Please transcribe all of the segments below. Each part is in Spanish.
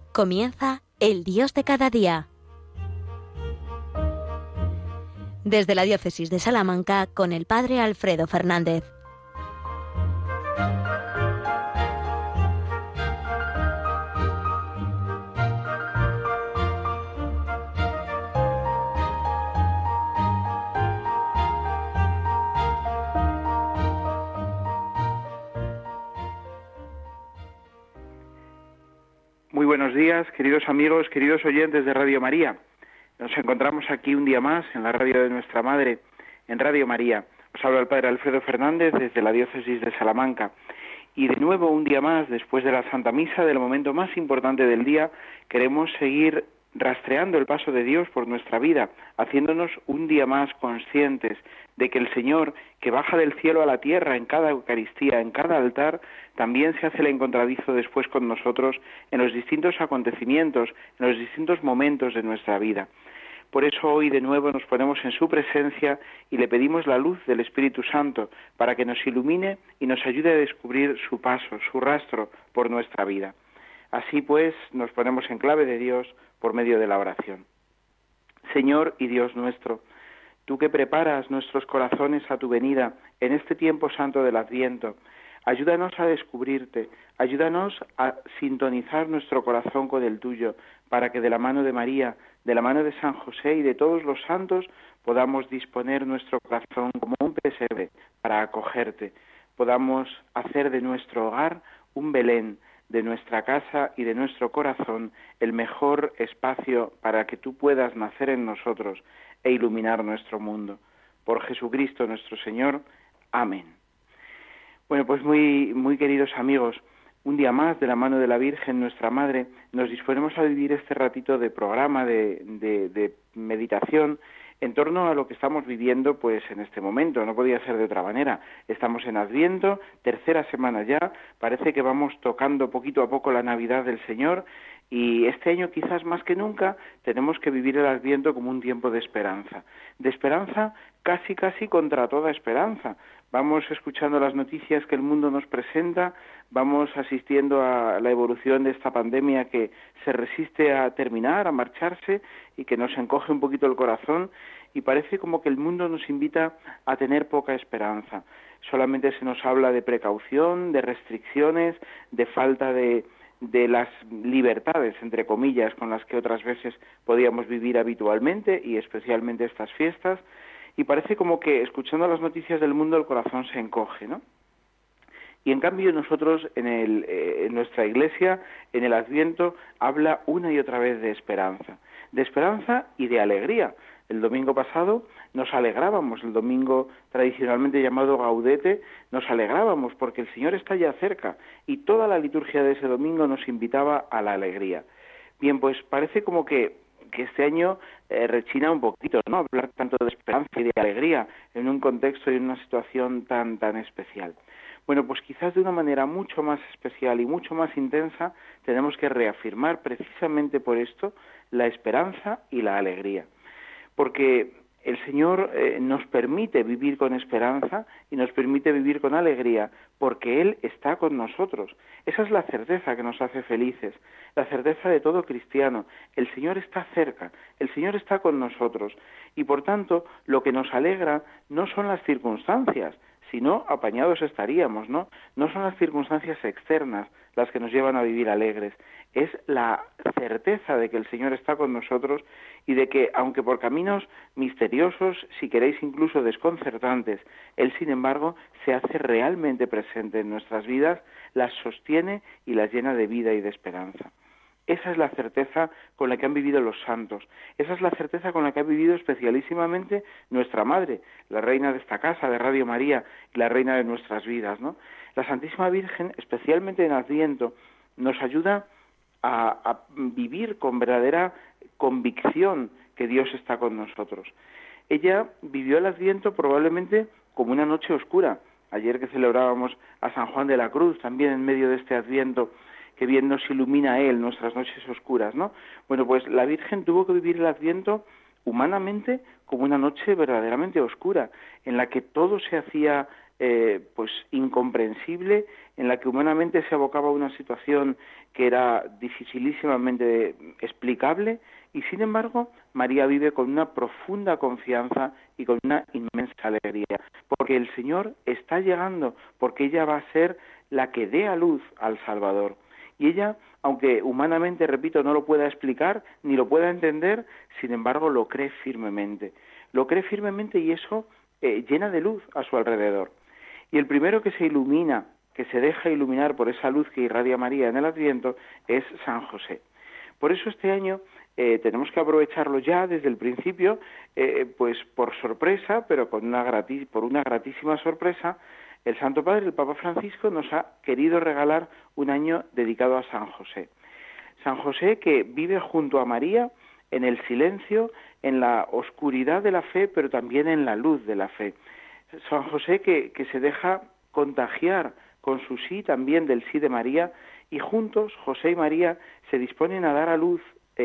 Comienza El Dios de cada día. Desde la Diócesis de Salamanca con el Padre Alfredo Fernández. Muy buenos días, queridos amigos, queridos oyentes de Radio María. Nos encontramos aquí un día más en la radio de nuestra Madre, en Radio María. Os habla el Padre Alfredo Fernández desde la Diócesis de Salamanca. Y de nuevo, un día más, después de la Santa Misa, del momento más importante del día, queremos seguir rastreando el paso de Dios por nuestra vida, haciéndonos un día más conscientes de que el Señor, que baja del cielo a la tierra en cada Eucaristía, en cada altar, también se hace el encontradizo después con nosotros en los distintos acontecimientos, en los distintos momentos de nuestra vida. Por eso hoy de nuevo nos ponemos en su presencia y le pedimos la luz del Espíritu Santo para que nos ilumine y nos ayude a descubrir su paso, su rastro por nuestra vida. Así pues, nos ponemos en clave de Dios por medio de la oración. Señor y Dios nuestro, tú que preparas nuestros corazones a tu venida en este tiempo santo del Adviento, ayúdanos a descubrirte, ayúdanos a sintonizar nuestro corazón con el tuyo, para que de la mano de María, de la mano de San José y de todos los santos podamos disponer nuestro corazón como un pesebre para acogerte, podamos hacer de nuestro hogar un Belén, de nuestra casa y de nuestro corazón el mejor espacio para que tú puedas nacer en nosotros e iluminar nuestro mundo. Por Jesucristo nuestro Señor. Amén. Bueno, pues muy queridos amigos, un día más de la mano de la Virgen, nuestra Madre, nos disponemos a vivir este ratito de programa, de meditación, en torno a lo que estamos viviendo pues en este momento. No podía ser de otra manera. Estamos en Adviento, tercera semana ya, parece que vamos tocando poquito a poco la Navidad del Señor, y este año quizás más que nunca tenemos que vivir el Adviento como un tiempo de esperanza casi contra toda esperanza. Vamos escuchando las noticias que el mundo nos presenta, vamos asistiendo a la evolución de esta pandemia que se resiste a terminar, a marcharse y que nos encoge un poquito el corazón, y parece como que el mundo nos invita a tener poca esperanza. Solamente se nos habla de precaución, de restricciones, de falta de las libertades, entre comillas, con las que otras veces podíamos vivir habitualmente y especialmente estas fiestas, y parece como que escuchando las noticias del mundo el corazón se encoge, ¿no? Y en cambio nosotros en nuestra Iglesia, en el Adviento, habla una y otra vez de esperanza y de alegría. El domingo pasado nos alegrábamos, el domingo tradicionalmente llamado Gaudete, nos alegrábamos porque el Señor está ya cerca, y toda la liturgia de ese domingo nos invitaba a la alegría. Bien, pues parece como que este año rechina un poquito, ¿no?, hablar tanto de esperanza y de alegría en un contexto y en una situación tan especial. Bueno, pues quizás de una manera mucho más especial y mucho más intensa tenemos que reafirmar precisamente por esto la esperanza y la alegría. Porque el Señor nos permite vivir con esperanza y nos permite vivir con alegría porque Él está con nosotros. Esa es la certeza que nos hace felices, la certeza de todo cristiano. El Señor está cerca, el Señor está con nosotros, y por tanto lo que nos alegra no son las circunstancias, sino apañados estaríamos, ¿no? No son las circunstancias externas las que nos llevan a vivir alegres, es la certeza de que el Señor está con nosotros y de que, aunque por caminos misteriosos, si queréis incluso desconcertantes, Él, sin embargo, se hace realmente presente en nuestras vidas, las sostiene y las llena de vida y de esperanza. Esa es la certeza con la que han vivido los santos. Esa es la certeza con la que ha vivido especialísimamente nuestra Madre, la reina de esta casa, de Radio María, y la reina de nuestras vidas, ¿no? La Santísima Virgen, especialmente en Adviento, nos ayuda a vivir con verdadera convicción que Dios está con nosotros. Ella vivió el Adviento probablemente como una noche oscura. Ayer que celebrábamos a San Juan de la Cruz, también en medio de este Adviento, que bien nos ilumina Él nuestras noches oscuras, ¿no? Bueno, pues la Virgen tuvo que vivir el Adviento humanamente como una noche verdaderamente oscura, en la que todo se hacía pues incomprensible, en la que humanamente se abocaba a una situación que era dificilísimamente explicable, y sin embargo María vive con una profunda confianza y con una inmensa alegría, porque el Señor está llegando, porque ella va a ser la que dé a luz al Salvador. Y ella, aunque humanamente, repito, no lo pueda explicar ni lo pueda entender, sin embargo lo cree firmemente. Lo cree firmemente y eso llena de luz a su alrededor. Y el primero que se ilumina, que se deja iluminar por esa luz que irradia María en el Adviento, es San José. Por eso este año tenemos que aprovecharlo ya desde el principio, pues por sorpresa, pero por una gratísima sorpresa. El Santo Padre, el Papa Francisco, nos ha querido regalar un año dedicado a San José. San José, que vive junto a María en el silencio, en la oscuridad de la fe, pero también en la luz de la fe. San José que se deja contagiar con su sí también del sí de María, y juntos José y María se disponen a dar a luz,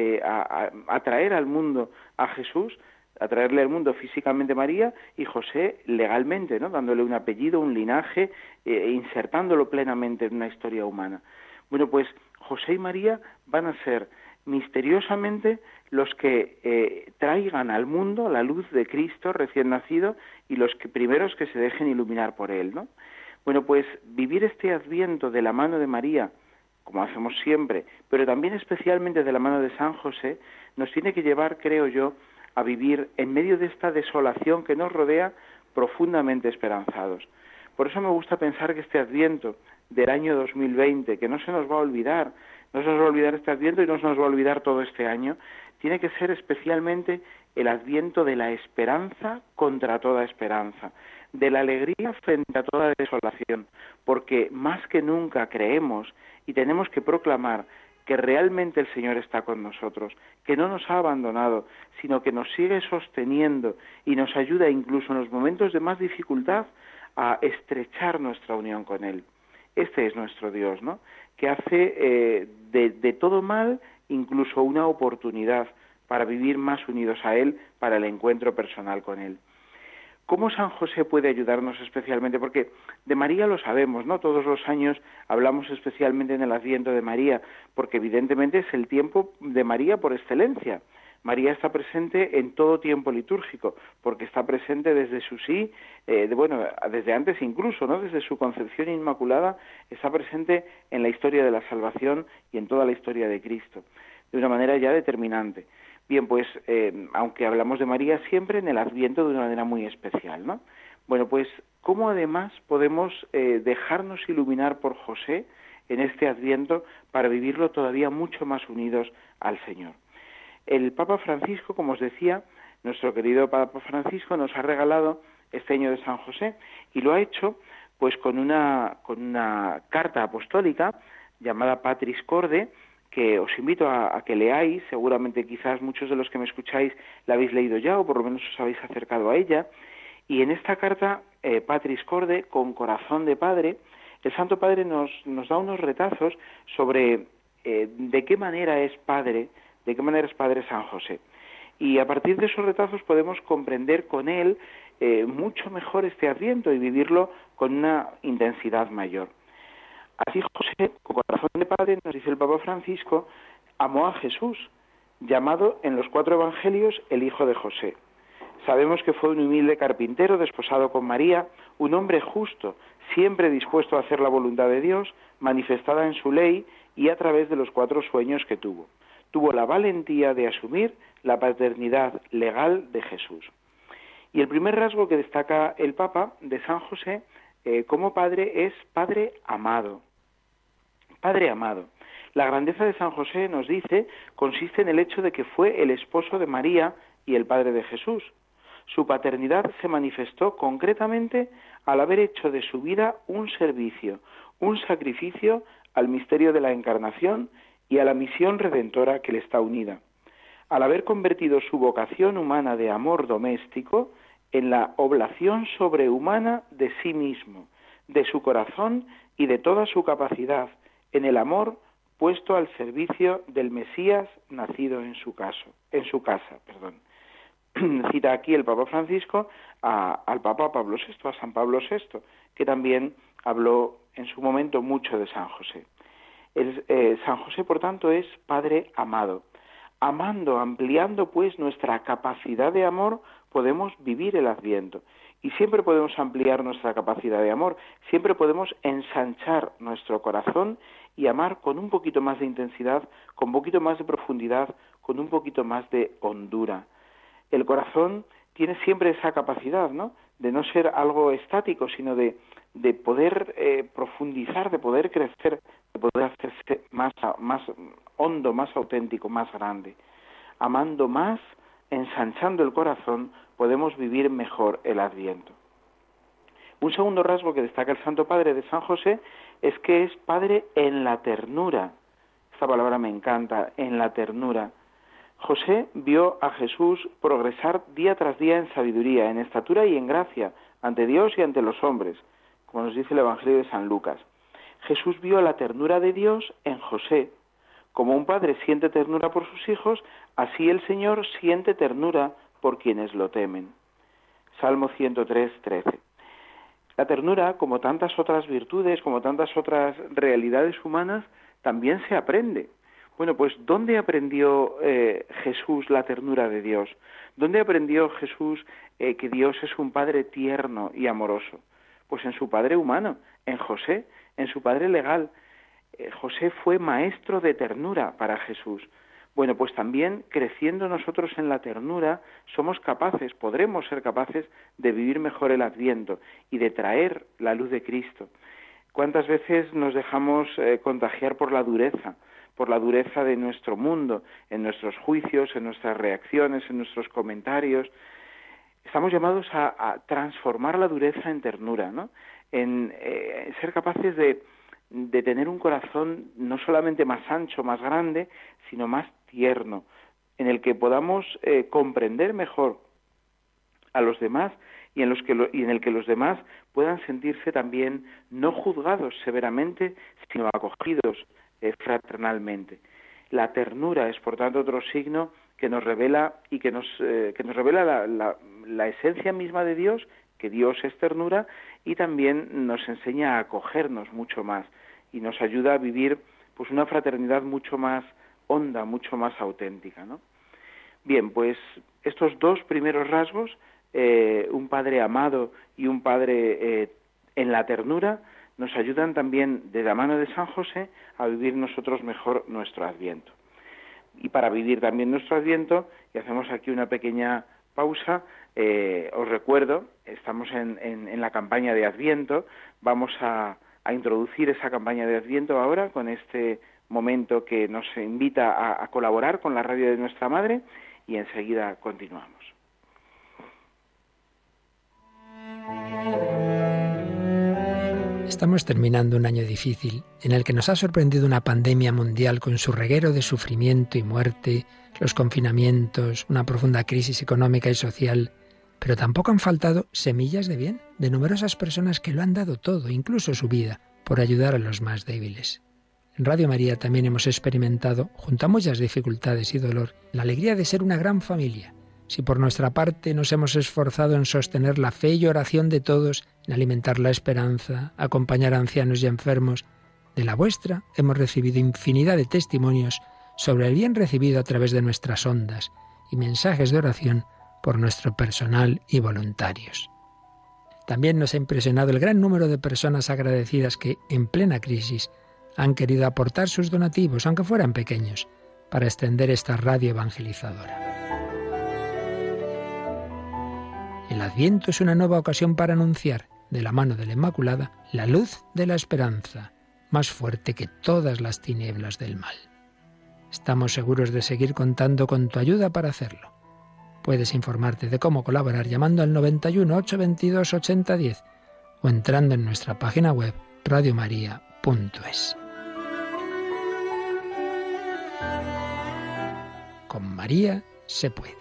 a traer al mundo a Jesús, a traerle al mundo físicamente María, y José legalmente, ¿no?, dándole un apellido, un linaje, insertándolo plenamente en una historia humana. Bueno, pues José y María van a ser misteriosamente los que traigan al mundo la luz de Cristo recién nacido, y los primeros que se dejen iluminar por él, ¿no? Bueno, pues vivir este Adviento de la mano de María, como hacemos siempre, pero también especialmente de la mano de San José, nos tiene que llevar, creo yo, a vivir en medio de esta desolación que nos rodea profundamente esperanzados. Por eso me gusta pensar que este Adviento del año 2020, que no se nos va a olvidar, no se nos va a olvidar este Adviento y no se nos va a olvidar todo este año, tiene que ser especialmente el Adviento de la esperanza contra toda esperanza, de la alegría frente a toda desolación, porque más que nunca creemos y tenemos que proclamar que realmente el Señor está con nosotros, que no nos ha abandonado, sino que nos sigue sosteniendo y nos ayuda incluso en los momentos de más dificultad a estrechar nuestra unión con Él. Este es nuestro Dios, ¿no?, que hace de todo mal incluso una oportunidad para vivir más unidos a Él, para el encuentro personal con Él. ¿Cómo San José puede ayudarnos especialmente? Porque de María lo sabemos, ¿no? Todos los años hablamos especialmente en el Adviento de María, porque evidentemente es el tiempo de María por excelencia. María está presente en todo tiempo litúrgico, porque está presente desde su sí, desde antes incluso, ¿no?, desde su concepción inmaculada, está presente en la historia de la salvación y en toda la historia de Cristo, de una manera ya determinante. Bien, pues, aunque hablamos de María siempre, en el Adviento de una manera muy especial, ¿no? Bueno, pues, ¿cómo además podemos dejarnos iluminar por José en este Adviento para vivirlo todavía mucho más unidos al Señor? El Papa Francisco, como os decía, nuestro querido Papa Francisco nos ha regalado este año de San José, y lo ha hecho pues con una carta apostólica llamada Patris Corde, que os invito a que leáis. Seguramente quizás muchos de los que me escucháis la habéis leído ya, o por lo menos os habéis acercado a ella. Y en esta carta, Patris Corde, con corazón de padre, el Santo Padre nos da unos retazos sobre de qué manera es padre San José. Y a partir de esos retazos podemos comprender con él mucho mejor este Adviento y vivirlo con una intensidad mayor. Así José, con corazón de padre, nos dice el Papa Francisco, amó a Jesús, llamado en los 4 evangelios el Hijo de José. Sabemos que fue un humilde carpintero desposado con María, un hombre justo, siempre dispuesto a hacer la voluntad de Dios, manifestada en su ley y a través de los 4 sueños que tuvo. Tuvo la valentía de asumir la paternidad legal de Jesús. Y el primer rasgo que destaca el Papa de San José como padre es padre amado. Padre amado. La grandeza de San José, nos dice, consiste en el hecho de que fue el esposo de María y el padre de Jesús. Su paternidad se manifestó concretamente al haber hecho de su vida un servicio, un sacrificio al misterio de la Encarnación y a la misión redentora que le está unida. Al haber convertido su vocación humana de amor doméstico en la oblación sobrehumana de sí mismo, de su corazón y de toda su capacidad, en el amor puesto al servicio del Mesías nacido en su casa. cita aquí el Papa Francisco al Papa Pablo VI, a San Pablo VI, que también habló en su momento mucho de San José. San José, por tanto, es Padre amado. Amando, ampliando pues nuestra capacidad de amor, podemos vivir el Adviento. Y siempre podemos ampliar nuestra capacidad de amor, siempre podemos ensanchar nuestro corazón y amar con un poquito más de intensidad, con un poquito más de profundidad, con un poquito más de hondura. El corazón tiene siempre esa capacidad, ¿no?, de no ser algo estático, sino de poder profundizar, de poder crecer, de poder hacerse más hondo, más auténtico, más grande. Amando más, ensanchando el corazón, podemos vivir mejor el Adviento. Un segundo rasgo que destaca el Santo Padre de San José es que es Padre en la ternura. Esta palabra me encanta, en la ternura. José vio a Jesús progresar día tras día en sabiduría, en estatura y en gracia, ante Dios y ante los hombres, como nos dice el Evangelio de San Lucas. Jesús vio la ternura de Dios en José. Como un padre siente ternura por sus hijos, así el Señor siente ternura por quienes lo temen. Salmo 103, 13. La ternura, como tantas otras virtudes, como tantas otras realidades humanas, también se aprende. Bueno, pues ¿dónde aprendió Jesús la ternura de Dios? ¿Dónde aprendió Jesús que Dios es un Padre tierno y amoroso? Pues en su Padre humano, en José, en su Padre legal. José fue maestro de ternura para Jesús. Bueno, pues también creciendo nosotros en la ternura somos capaces, podremos ser capaces de vivir mejor el Adviento y de traer la luz de Cristo. ¿Cuántas veces nos dejamos contagiar por la dureza de nuestro mundo, en nuestros juicios, en nuestras reacciones, en nuestros comentarios? Estamos llamados a transformar la dureza en ternura, ¿no? En ser capaces de tener un corazón no solamente más ancho, más grande, sino más tierno, en el que podamos comprender mejor a los demás y en el que los demás puedan sentirse también no juzgados severamente, sino acogidos fraternalmente. La ternura es, por tanto, otro signo que nos revela la esencia misma de Dios, que Dios es ternura, y también nos enseña a acogernos mucho más y nos ayuda a vivir pues una fraternidad mucho más honda, mucho más auténtica, ¿no? Bien, pues estos dos primeros rasgos, un Padre amado y un Padre en la ternura, nos ayudan también de la mano de San José a vivir nosotros mejor nuestro Adviento. Y para vivir también nuestro Adviento, y hacemos aquí una pequeña pausa, os recuerdo, estamos en la campaña de Adviento, vamos a introducir esa campaña de Adviento ahora con este momento que nos invita a colaborar con la radio de nuestra Madre, y enseguida continuamos. Estamos terminando un año difícil en el que nos ha sorprendido una pandemia mundial con su reguero de sufrimiento y muerte, los confinamientos, una profunda crisis económica y social, pero tampoco han faltado semillas de bien de numerosas personas que lo han dado todo, incluso su vida, por ayudar a los más débiles. En Radio María también hemos experimentado, junto a muchas dificultades y dolor, la alegría de ser una gran familia. Si por nuestra parte nos hemos esforzado en sostener la fe y oración de todos, en alimentar la esperanza, acompañar a ancianos y enfermos, de la vuestra hemos recibido infinidad de testimonios sobre el bien recibido a través de nuestras ondas y mensajes de oración por nuestro personal y voluntarios. También nos ha impresionado el gran número de personas agradecidas que, en plena crisis, han querido aportar sus donativos, aunque fueran pequeños, para extender esta radio evangelizadora. El Adviento es una nueva ocasión para anunciar, de la mano de la Inmaculada, la luz de la esperanza, más fuerte que todas las tinieblas del mal. Estamos seguros de seguir contando con tu ayuda para hacerlo. Puedes informarte de cómo colaborar llamando al 91 822 8010 o entrando en nuestra página web radiomaria.es. Con María se puede.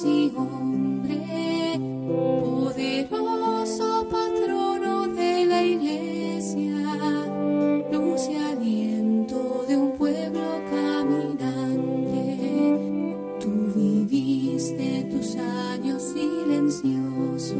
y hombre, poderoso patrono de la Iglesia, luz y aliento de un pueblo caminante. Tú viviste tus años silencioso,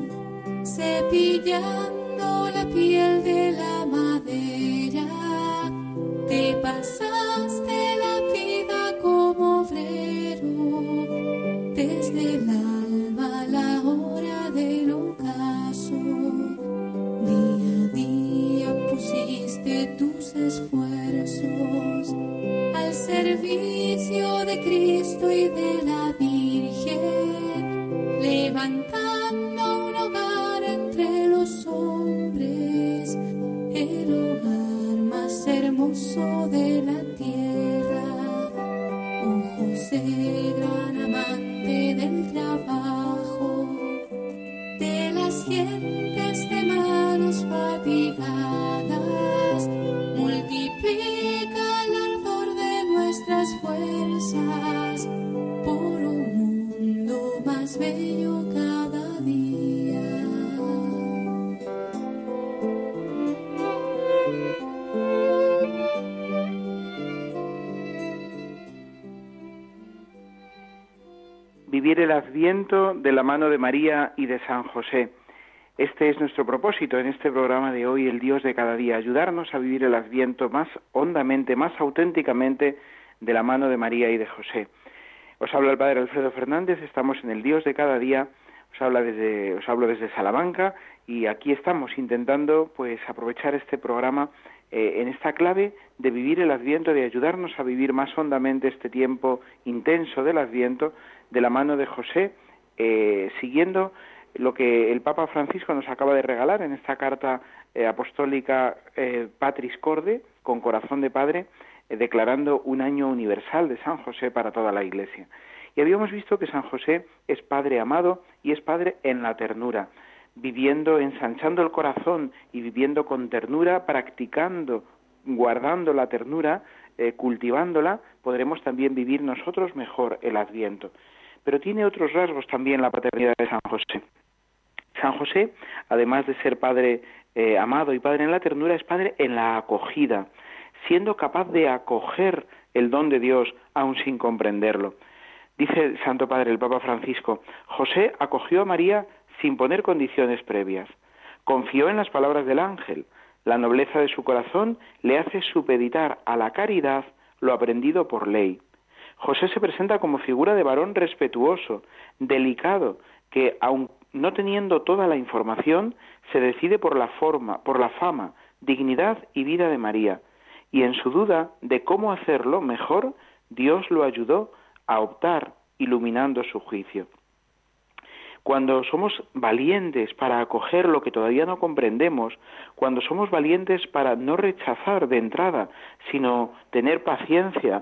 cepillando la piel de la madera, te pasaste la vida como obrero, desde el alba a la hora del ocaso, día a día pusiste tus esfuerzos al servicio de Cristo y de la Virgen, levantando un hogar entre los hombres, el hogar más hermoso de la tierra. Oh José, gran amante del trabajo, de las gentes de manos fatigadas, multiplica el ardor de nuestras fuerzas por un mundo más bello cada día. Vivir el Adviento de la mano de María y de San José. Este es nuestro propósito en este programa de hoy, el Dios de cada día, ayudarnos a vivir el Adviento más hondamente, más auténticamente de la mano de María y de José. Os habla el Padre Alfredo Fernández, estamos en el Dios de cada día, os hablo desde Salamanca y aquí estamos intentando pues aprovechar este programa en esta clave de vivir el Adviento, de ayudarnos a vivir más hondamente este tiempo intenso del Adviento de la mano de José, siguiendo lo que el Papa Francisco nos acaba de regalar en esta carta apostólica Patris Corde, con corazón de padre, declarando un año universal de San José para toda la Iglesia. Y habíamos visto que San José es Padre amado y es Padre en la ternura, viviendo, ensanchando el corazón y viviendo con ternura, practicando, guardando la ternura, cultivándola, podremos también vivir nosotros mejor el Adviento. Pero tiene otros rasgos también la paternidad de San José. San José, además de ser Padre amado y Padre en la ternura, es Padre en la acogida, siendo capaz de acoger el don de Dios aun sin comprenderlo. Dice el Santo Padre, el Papa Francisco, José acogió a María sin poner condiciones previas. Confió en las palabras del ángel. La nobleza de su corazón le hace supeditar a la caridad lo aprendido por ley. José se presenta como figura de varón respetuoso, delicado, que aun no teniendo toda la información, se decide por la fama, dignidad y vida de María. Y en su duda de cómo hacerlo mejor, Dios lo ayudó a optar, iluminando su juicio. Cuando somos valientes para acoger lo que todavía no comprendemos, cuando somos valientes para no rechazar de entrada, sino tener paciencia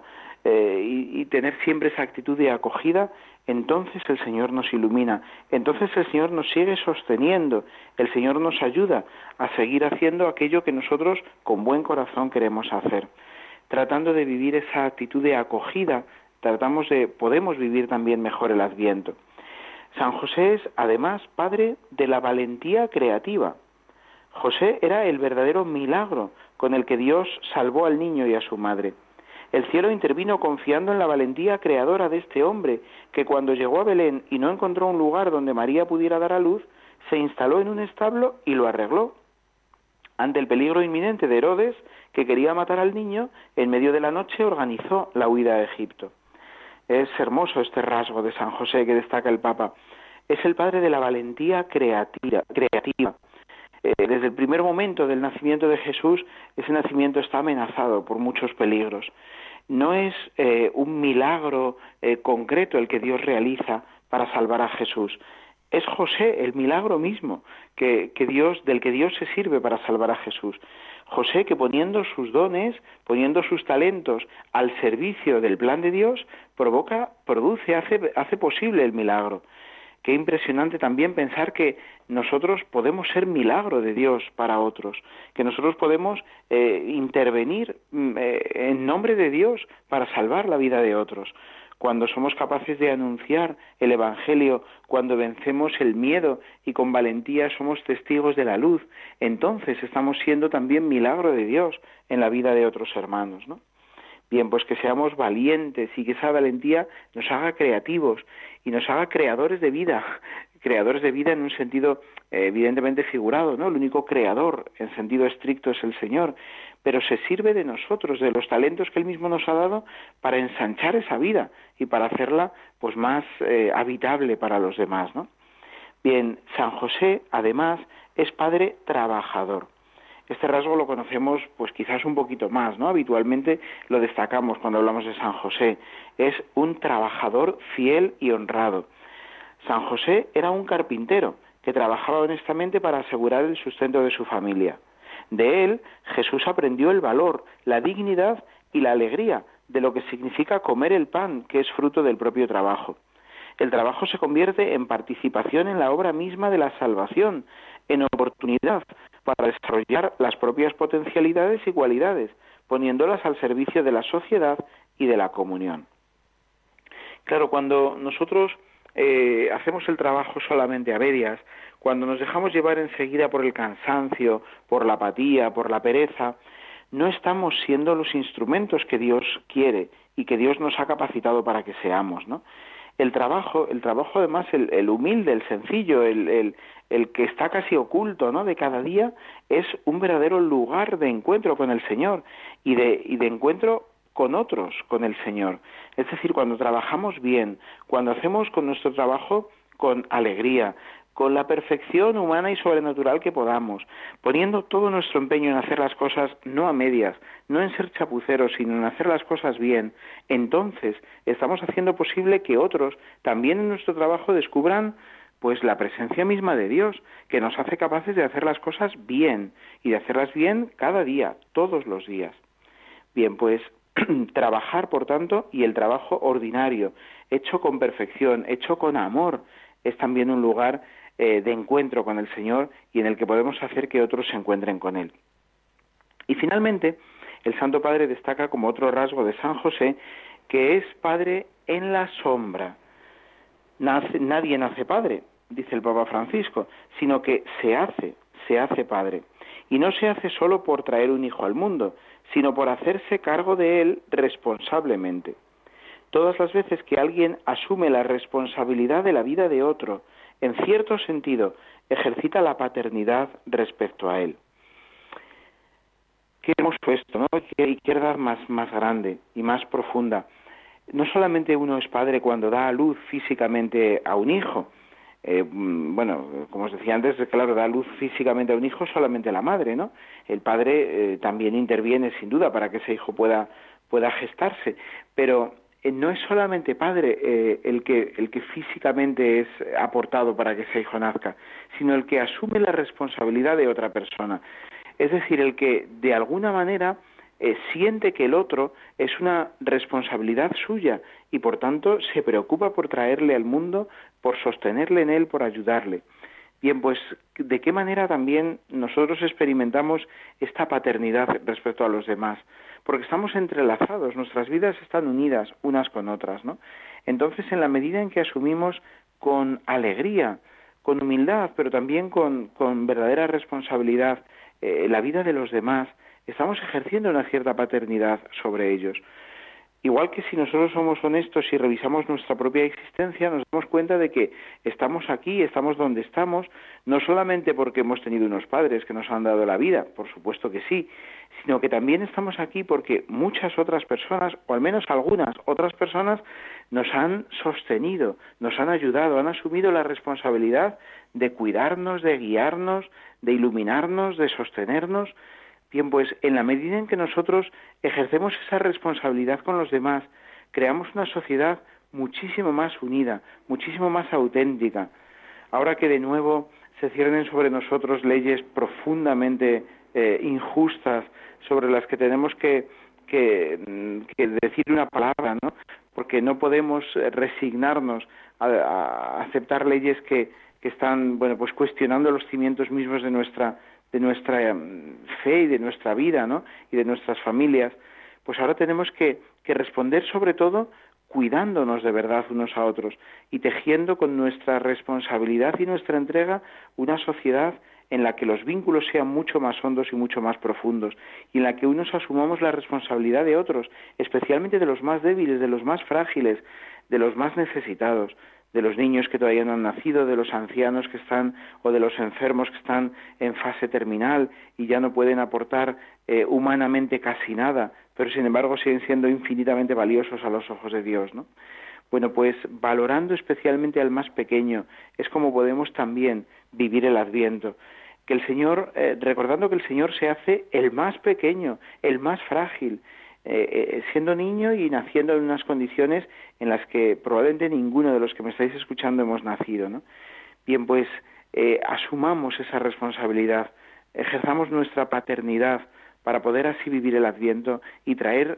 y tener siempre esa actitud de acogida, entonces el Señor nos ilumina, entonces el Señor nos sigue sosteniendo, el Señor nos ayuda a seguir haciendo aquello que nosotros con buen corazón queremos hacer. Tratando de vivir esa actitud de acogida, podemos vivir también mejor el Adviento. San José es, además, padre de la valentía creativa. José era el verdadero milagro con el que Dios salvó al niño y a su madre. El cielo intervino confiando en la valentía creadora de este hombre, que cuando llegó a Belén y no encontró un lugar donde María pudiera dar a luz, se instaló en un establo y lo arregló. Ante el peligro inminente de Herodes, que quería matar al niño, en medio de la noche organizó la huida a Egipto. Es hermoso este rasgo de San José que destaca el Papa. Es el padre de la valentía creativa. Desde el primer momento del nacimiento de Jesús, ese nacimiento está amenazado por muchos peligros. No es un milagro concreto el que Dios realiza para salvar a Jesús. Es José, el milagro mismo, del que Dios se sirve para salvar a Jesús. José, que poniendo sus dones, poniendo sus talentos al servicio del plan de Dios, hace posible el milagro. Qué impresionante también pensar que nosotros podemos ser milagro de Dios para otros, que nosotros podemos intervenir en nombre de Dios para salvar la vida de otros. cuando somos capaces de anunciar el Evangelio, cuando vencemos el miedo y con valentía somos testigos de la luz, entonces estamos siendo también milagro de Dios en la vida de otros hermanos, ¿no? Bien, pues que seamos valientes y que esa valentía nos haga creativos y nos haga creadores de vida en un sentido evidentemente figurado, ¿no? El único creador en sentido estricto es el Señor, pero se sirve de nosotros, de los talentos que Él mismo nos ha dado para ensanchar esa vida y para hacerla pues más habitable para los demás, ¿no? Bien, San José además es padre trabajador. Este rasgo lo conocemos pues quizás un poquito más, ¿no? Habitualmente lo destacamos cuando hablamos de San José. Es un trabajador fiel y honrado. San José era un carpintero que trabajaba honestamente para asegurar el sustento de su familia. De él, Jesús aprendió el valor, la dignidad y la alegría de lo que significa comer el pan, que es fruto del propio trabajo. El trabajo se convierte en participación en la obra misma de la salvación, en oportunidad para desarrollar las propias potencialidades y cualidades, poniéndolas al servicio de la sociedad y de la comunión. Claro, cuando nosotros hacemos el trabajo solamente a medias, cuando nos dejamos llevar enseguida por el cansancio, por la apatía, por la pereza, no estamos siendo los instrumentos que Dios quiere y que Dios nos ha capacitado para que seamos, ¿no? El trabajo además, el humilde, el sencillo, el que está casi oculto, ¿no?, de cada día, es un verdadero lugar de encuentro con el Señor y de encuentro con otros, con el Señor. Es decir, cuando trabajamos bien, cuando hacemos con nuestro trabajo con alegría, con la perfección humana y sobrenatural que podamos, poniendo todo nuestro empeño en hacer las cosas no a medias, no en ser chapuceros, sino en hacer las cosas bien, entonces estamos haciendo posible que otros también en nuestro trabajo descubran pues la presencia misma de Dios, que nos hace capaces de hacer las cosas bien, y de hacerlas bien cada día, todos los días. Bien, pues trabajar, por tanto, y el trabajo ordinario, hecho con perfección, hecho con amor, es también un lugar de encuentro con el Señor y en el que podemos hacer que otros se encuentren con Él. Y finalmente, el Santo Padre destaca como otro rasgo de San José que es padre en la sombra. Nadie nace padre, dice el Papa Francisco, sino que se hace padre. Y no se hace solo por traer un hijo al mundo, sino por hacerse cargo de él responsablemente. Todas las veces que alguien asume la responsabilidad de la vida de otro, en cierto sentido, ejercita la paternidad respecto a él. Qué hermoso esto, ¿no? Qué verdad más grande y más profunda. No solamente uno es padre cuando da a luz físicamente a un hijo. Como os decía antes, claro, da a luz físicamente a un hijo solamente la madre, ¿no? El padre también interviene sin duda para que ese hijo pueda gestarse, pero no es solamente padre el que físicamente es aportado para que ese hijo nazca, sino el que asume la responsabilidad de otra persona. Es decir, el que de alguna manera siente que el otro es una responsabilidad suya y por tanto se preocupa por traerle al mundo, por sostenerle en él, por ayudarle. Bien, pues ¿de qué manera también nosotros experimentamos esta paternidad respecto a los demás? Porque estamos entrelazados, nuestras vidas están unidas unas con otras, ¿no? Entonces, en la medida en que asumimos con alegría, con humildad, pero también con verdadera responsabilidad la vida de los demás, estamos ejerciendo una cierta paternidad sobre ellos. Igual que si nosotros somos honestos y revisamos nuestra propia existencia, nos damos cuenta de que estamos aquí, estamos donde estamos, no solamente porque hemos tenido unos padres que nos han dado la vida, por supuesto que sí, sino que también estamos aquí porque muchas otras personas, o al menos algunas otras personas, nos han sostenido, nos han ayudado, han asumido la responsabilidad de cuidarnos, de guiarnos, de iluminarnos, de sostenernos. Bien, pues en la medida en que nosotros ejercemos esa responsabilidad con los demás, creamos una sociedad muchísimo más unida, muchísimo más auténtica. Ahora que de nuevo se ciernen sobre nosotros leyes profundamente injustas, sobre las que tenemos que decir una palabra, ¿no? Porque no podemos resignarnos a aceptar leyes que están, pues cuestionando los cimientos mismos de nuestra fe y de nuestra vida, ¿no? Y de nuestras familias. Pues ahora tenemos que responder sobre todo cuidándonos de verdad unos a otros y tejiendo con nuestra responsabilidad y nuestra entrega una sociedad en la que los vínculos sean mucho más hondos y mucho más profundos, y en la que unos asumamos la responsabilidad de otros, especialmente de los más débiles, de los más frágiles, de los más necesitados, de los niños que todavía no han nacido, de los ancianos que están, o de los enfermos que están en fase terminal y ya no pueden aportar humanamente casi nada, pero sin embargo siguen siendo infinitamente valiosos a los ojos de Dios, ¿no? Bueno, pues valorando especialmente al más pequeño es como podemos también vivir el Adviento. Que el Señor, recordando que el Señor se hace el más pequeño, el más frágil, siendo niño y naciendo en unas condiciones en las que probablemente ninguno de los que me estáis escuchando hemos nacido, ¿no? Bien, pues asumamos esa responsabilidad, ejerzamos nuestra paternidad para poder así vivir el Adviento y traer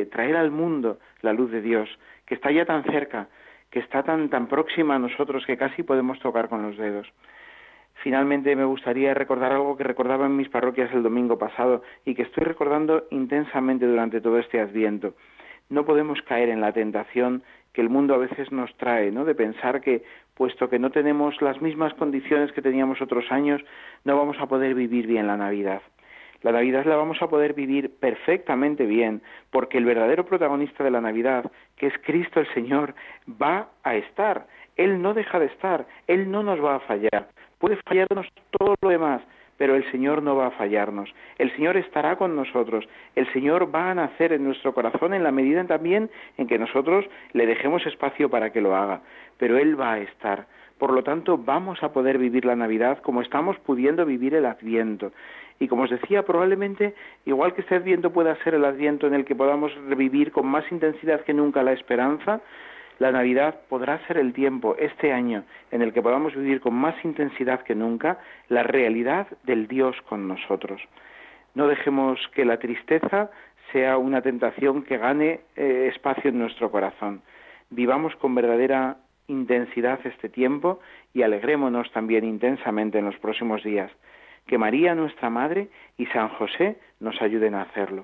al mundo la luz de Dios, que está ya tan cerca, que está tan próxima a nosotros que casi podemos tocar con los dedos. Finalmente me gustaría recordar algo que recordaba en mis parroquias el domingo pasado y que estoy recordando intensamente durante todo este Adviento. No podemos caer en la tentación que el mundo a veces nos trae, ¿no?, de pensar que, puesto que no tenemos las mismas condiciones que teníamos otros años, no vamos a poder vivir bien la Navidad. La Navidad la vamos a poder vivir perfectamente bien, porque el verdadero protagonista de la Navidad, que es Cristo el Señor, va a estar. Él no deja de estar, Él no nos va a fallar. Puede fallarnos todo lo demás, pero el Señor no va a fallarnos. El Señor estará con nosotros. El Señor va a nacer en nuestro corazón en la medida también en que nosotros le dejemos espacio para que lo haga. Pero Él va a estar. Por lo tanto, vamos a poder vivir la Navidad como estamos pudiendo vivir el Adviento. Y como os decía, probablemente, igual que este Adviento pueda ser el Adviento en el que podamos revivir con más intensidad que nunca la esperanza, la Navidad podrá ser el tiempo, este año, en el que podamos vivir con más intensidad que nunca la realidad del Dios con nosotros. No dejemos que la tristeza sea una tentación que gane espacio en nuestro corazón. Vivamos con verdadera intensidad este tiempo y alegrémonos también intensamente en los próximos días. Que María, nuestra Madre, y San José nos ayuden a hacerlo.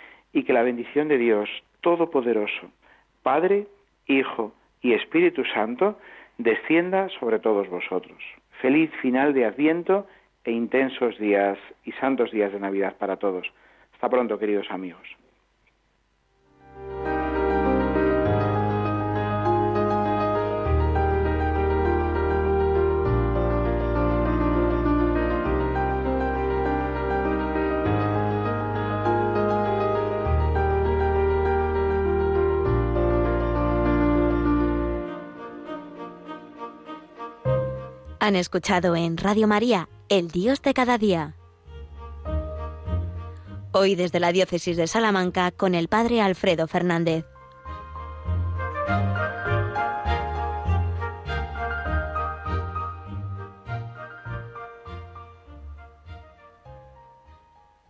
Y que la bendición de Dios Todopoderoso, Padre, Hijo y Espíritu Santo, descienda sobre todos vosotros. Feliz final de Adviento e intensos días y santos días de Navidad para todos. Hasta pronto, queridos amigos. Han escuchado en Radio María, El Dios de cada día. Hoy desde la Diócesis de Salamanca con el Padre Alfredo Fernández.